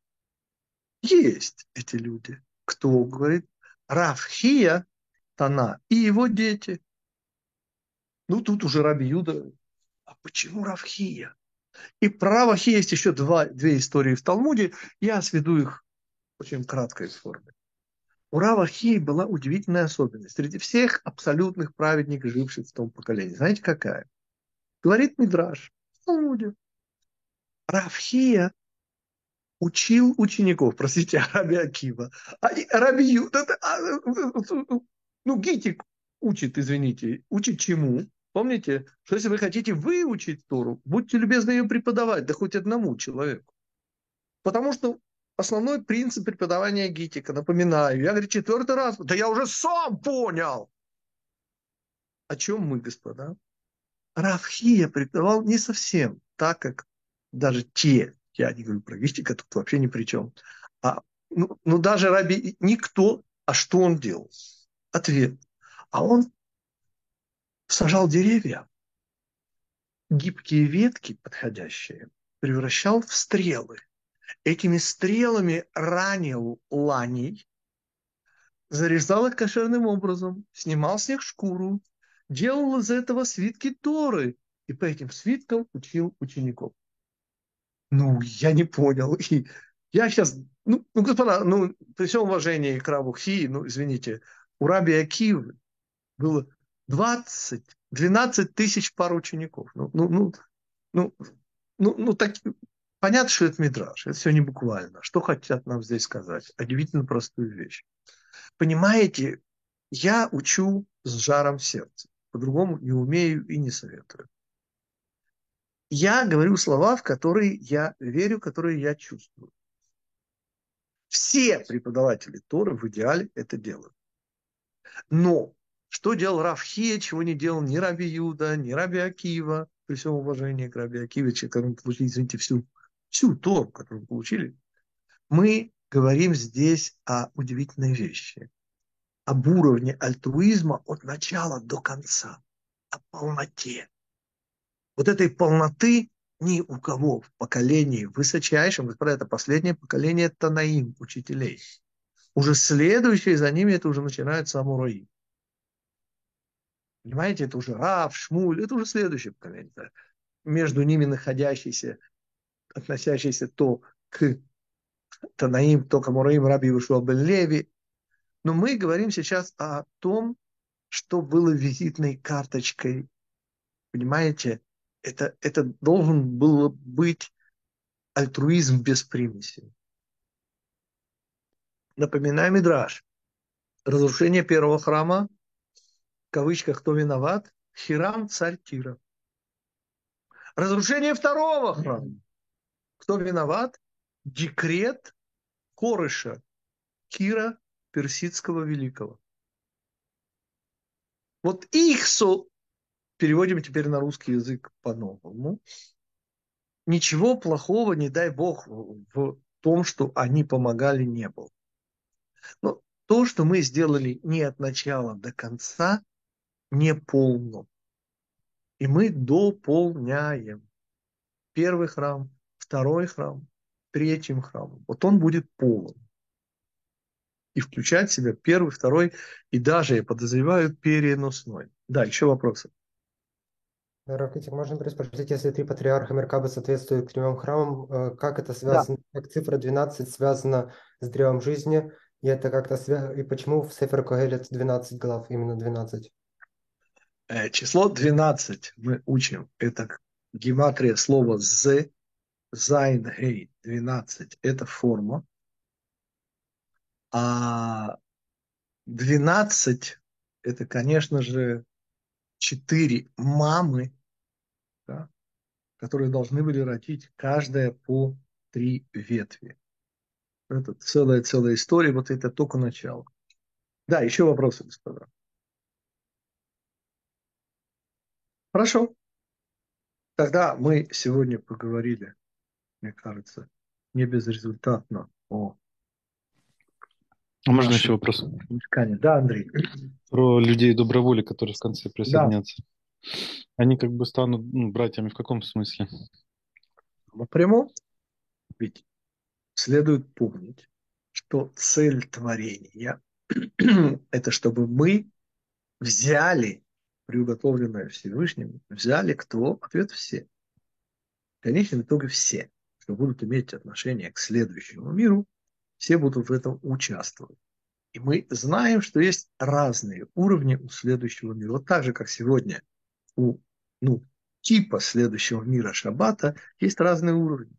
Есть эти люди. Кто, говорит? Рав Хия Тана и его дети. Ну, тут уже Раби Юда. А почему Рав Хия? И про Рава Хия есть еще два, две истории в Талмуде. Я сведу их в очень краткой форме. У Рава Хии была удивительная особенность. Среди всех абсолютных праведников, живших в том поколении. Знаете, какая? Говорит Мидраш в Талмуде. Рав Хия учил учеников, простите, Раби Акива. А Раби Юда, ну, Гитик учит, извините, учит чему? Помните, что если вы хотите выучить Тору, будьте любезны ее преподавать, да хоть одному человеку. Потому что основной принцип преподавания Гитика, напоминаю, я говорю четвертый раз, да я уже сам понял. О чем мы, господа? Рав Хия преподавал не совсем так, как даже те, я не говорю про Гитика, тут вообще ни при чем, а, ну, ну даже Раби никто, а что он делал? Ответ. А он сажал деревья, гибкие ветки подходящие, превращал в стрелы. Этими стрелами ранил ланей, зарезал их кошерным образом, снимал с них шкуру, делал из этого свитки Торы и по этим свиткам учил учеников. Ну, я не понял. И я сейчас, ну, ну, господа, ну, при всем уважении к Раву Хии, ну, извините, у Раби Акивы было двадцать, двенадцать тысяч пар учеников. Ну, ну, ну, ну, ну, ну так, понятно, что это мидраш, это все не буквально. Что хотят нам здесь сказать? Удивительно простую вещь. Понимаете, я учу с жаром сердца. По-другому не умею и не советую. Я говорю слова, в которые я верю, которые я чувствую. Все преподаватели Торы в идеале это делают. Но что делал Рав Хия, чего не делал ни Раби Юда, ни Раби Акива, при всем уважении к Раби Акиве, которому получили, извините, всю, всю Тору, которую получили, мы говорим здесь о удивительной вещи. Об уровне альтруизма от начала до конца, о полноте. Вот этой полноты ни у кого в поколении высочайшем, господа, это последнее поколение Танаим, учителей. Уже следующие за ними, это уже начинают самураи. Понимаете, это уже Рав, Шмуль, это уже следующее поколение. Между ними находящиеся, относящиеся то к Танаим, то к Амураим, Раби Йошуа бен Леви. Но мы говорим сейчас о том, что было визитной карточкой. Понимаете, это, это должен был быть альтруизм без примеси. Напоминаю Мидраш. Разрушение первого храма, в кавычках, кто виноват? Хирам, царь Тира. Разрушение второго храма. Кто виноват? Декрет Корыша, Кира Персидского Великого. Вот их со... переводим теперь на русский язык по-новому. Ничего плохого, не дай Бог, в том, что они помогали, не было. Но то, что мы сделали не от начала до конца, не полно. И мы дополняем. Первый храм, второй храм, третьим храмом. Вот он будет полон. И включать в себя первый, второй и даже, я подозреваю, переносной. Да, еще вопросы. Рав Гитик, можно переспросить, если три патриарха Меркабы соответствуют трем храмам, как это связано, Да. как цифра двенадцать связана с древом жизни, И это как-то связано... И почему в Сефер Когелет двенадцать глав, именно двенадцать? Э, Число двенадцать мы учим. Это гематрия слова «з», «зайн», «гей», двенадцать. Это форма. А двенадцать – это, конечно же, четыре мамы, да, которые должны были родить каждая по три ветви. Это целая-целая история, вот это только начало. Да, еще вопросы, господа. Хорошо. Тогда мы сегодня поговорили, мне кажется, не безрезультатно о А можно нашем еще вопрос? мешкане. Да, Андрей? Про людей доброй воли, которые в конце Да. присоединятся. Они как бы станут ну, братьями в каком смысле? Напрямую. Ведь следует помнить, что цель творения – это чтобы мы взяли, приуготовленное Всевышним, взяли кто? Ответ – все. В конечном итоге все, что будут иметь отношение к следующему миру, все будут в этом участвовать. И мы знаем, что есть разные уровни у следующего мира. Вот так же, как сегодня у ну, типа следующего мира Шаббата есть разные уровни.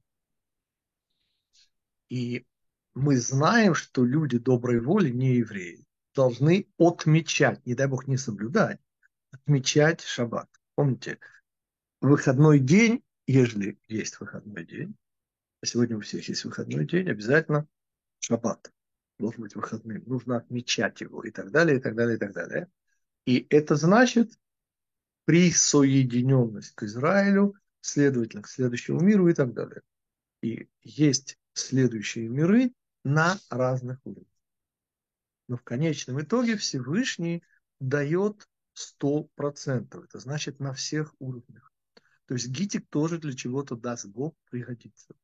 И мы знаем, что люди доброй воли, не евреи, должны отмечать, не дай бог не соблюдать, отмечать Шаббат. Помните, выходной день, ежели есть выходной день, а сегодня у всех есть выходной день, обязательно Шаббат должен быть выходным. Нужно отмечать его и так далее, и так далее, и так далее. И это значит присоединенность к Израилю, следовательно, к следующему миру и так далее. И есть следующие миры на разных уровнях. Но в конечном итоге Всевышний дает сто процентов. Это значит на всех уровнях. То есть гитик тоже для чего-то, даст Бог, пригодится.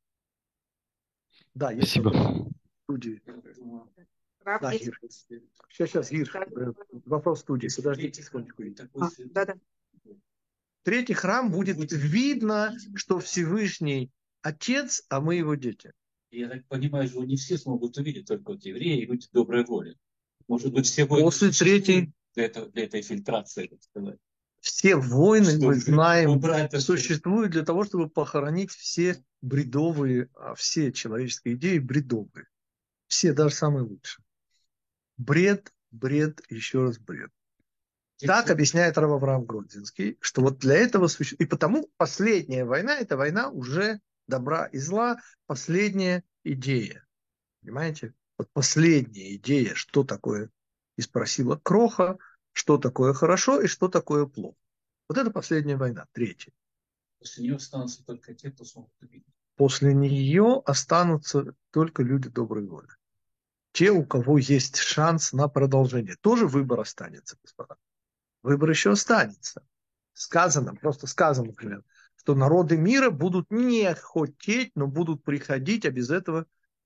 Да, есть Спасибо. вопрос в студии. Раб Да, есть? Гир. Сейчас, сейчас, Гир. Э, Вопрос в студии. Подождите секундочку. А, да-да. Третий храм будет видно, что Всевышний Отец, а мы его дети. Я так понимаю, что не все смогут увидеть, только вот евреи и люди доброй воли. Может быть, все войны После существуют третьей, для, этого, для этой фильтрации, так сказать. все войны, Чтобы мы знаем, убрать это. существуют для того, чтобы похоронить все бредовые, а все человеческие идеи бредовые. Все, даже самые лучшие. Бред, бред, еще раз бред. Так объясняет Рав Авраам Гродзинский, что вот для этого существует. И потому последняя война – это война уже добра и зла, последняя идея. Понимаете? Вот последняя идея, что такое, и спросила Кроха, что такое хорошо и что такое плохо. Вот это последняя война, третья. После нее останутся только те, кто смогут увидеть. После нее останутся только люди доброй воли. Те, у кого есть шанс на продолжение. Тоже выбор останется, господа. Выбор еще останется. Сказано, просто сказано, например, что народы мира будут не хотеть, но будут приходить, а без этого,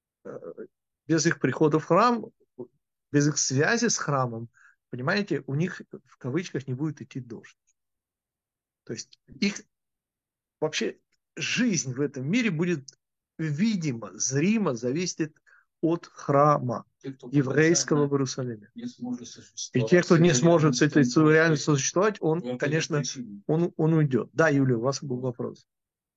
без их прихода в храм, без их связи с храмом, понимаете, у них в кавычках не будет идти дождь. То есть их вообще жизнь в этом мире будет видимо, зримо зависит от храма Те, кто еврейского в потенциально Иерусалиме. не сможет И существовать. те, кто не сможет с этой реальностью, реально существовать, он, по этой конечно, причине. он, он уйдет. Да, Юлия, у вас был вопрос.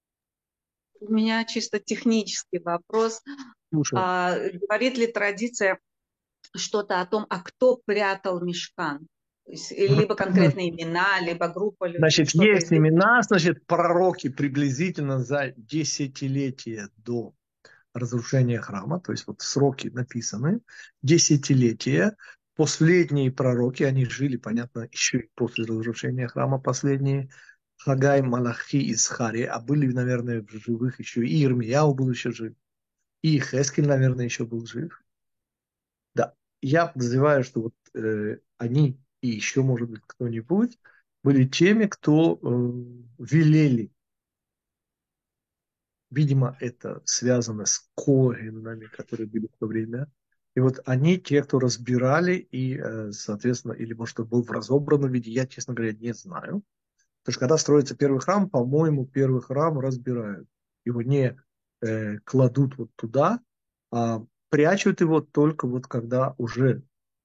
У меня чисто технический вопрос. Слушаю. А, говорит ли традиция что-то о том, а кто прятал мешкан? То есть, либо конкретные имена, либо группа людей. Значит, что-то есть известно? имена, значит, пророки приблизительно за десятилетия до разрушения храма, то есть вот сроки написаны, десятилетия. Последние пророки, они жили, понятно, еще и после разрушения храма, последние Хагай, Малахи и Схари, а были, наверное, в живых еще и Ирмияу был еще жив, и Хескель, наверное, еще был жив. Да, я подозреваю, что вот э, они и еще, может быть, кто-нибудь были теми, кто э, велели. Видимо, это связано с коэнами, которые были в то время. И вот они те, кто разбирали и, э, соответственно, или, может, он был в разобранном виде, я, честно говоря, не знаю. Потому что когда строится первый храм, по-моему, первый храм разбирают. Его не э, кладут вот туда, а прячут его только вот когда уже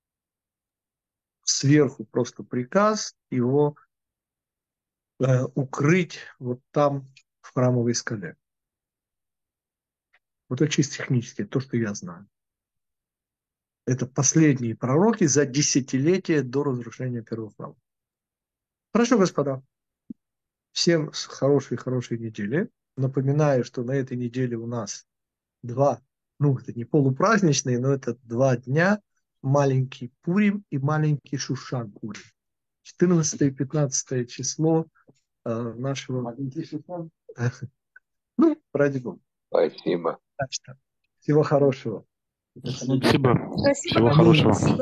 сверху просто приказ его э, укрыть вот там, в храмовой скале. Вот это чисто технически, то, что я знаю. Это последние пророки за десятилетия до разрушения первого храма. Хорошо, господа. Всем хорошей-хорошей недели. Напоминаю, что на этой неделе у нас два, ну, это не полупраздничные, но это два дня. Маленький Пурим и маленький Шушан Пурим. четырнадцатое и пятнадцатое число э, нашего... Маленький Шушан? Ну, ради Бога. Спасибо. Всего хорошего. Спасибо. Спасибо Всего большое. хорошего. Спасибо.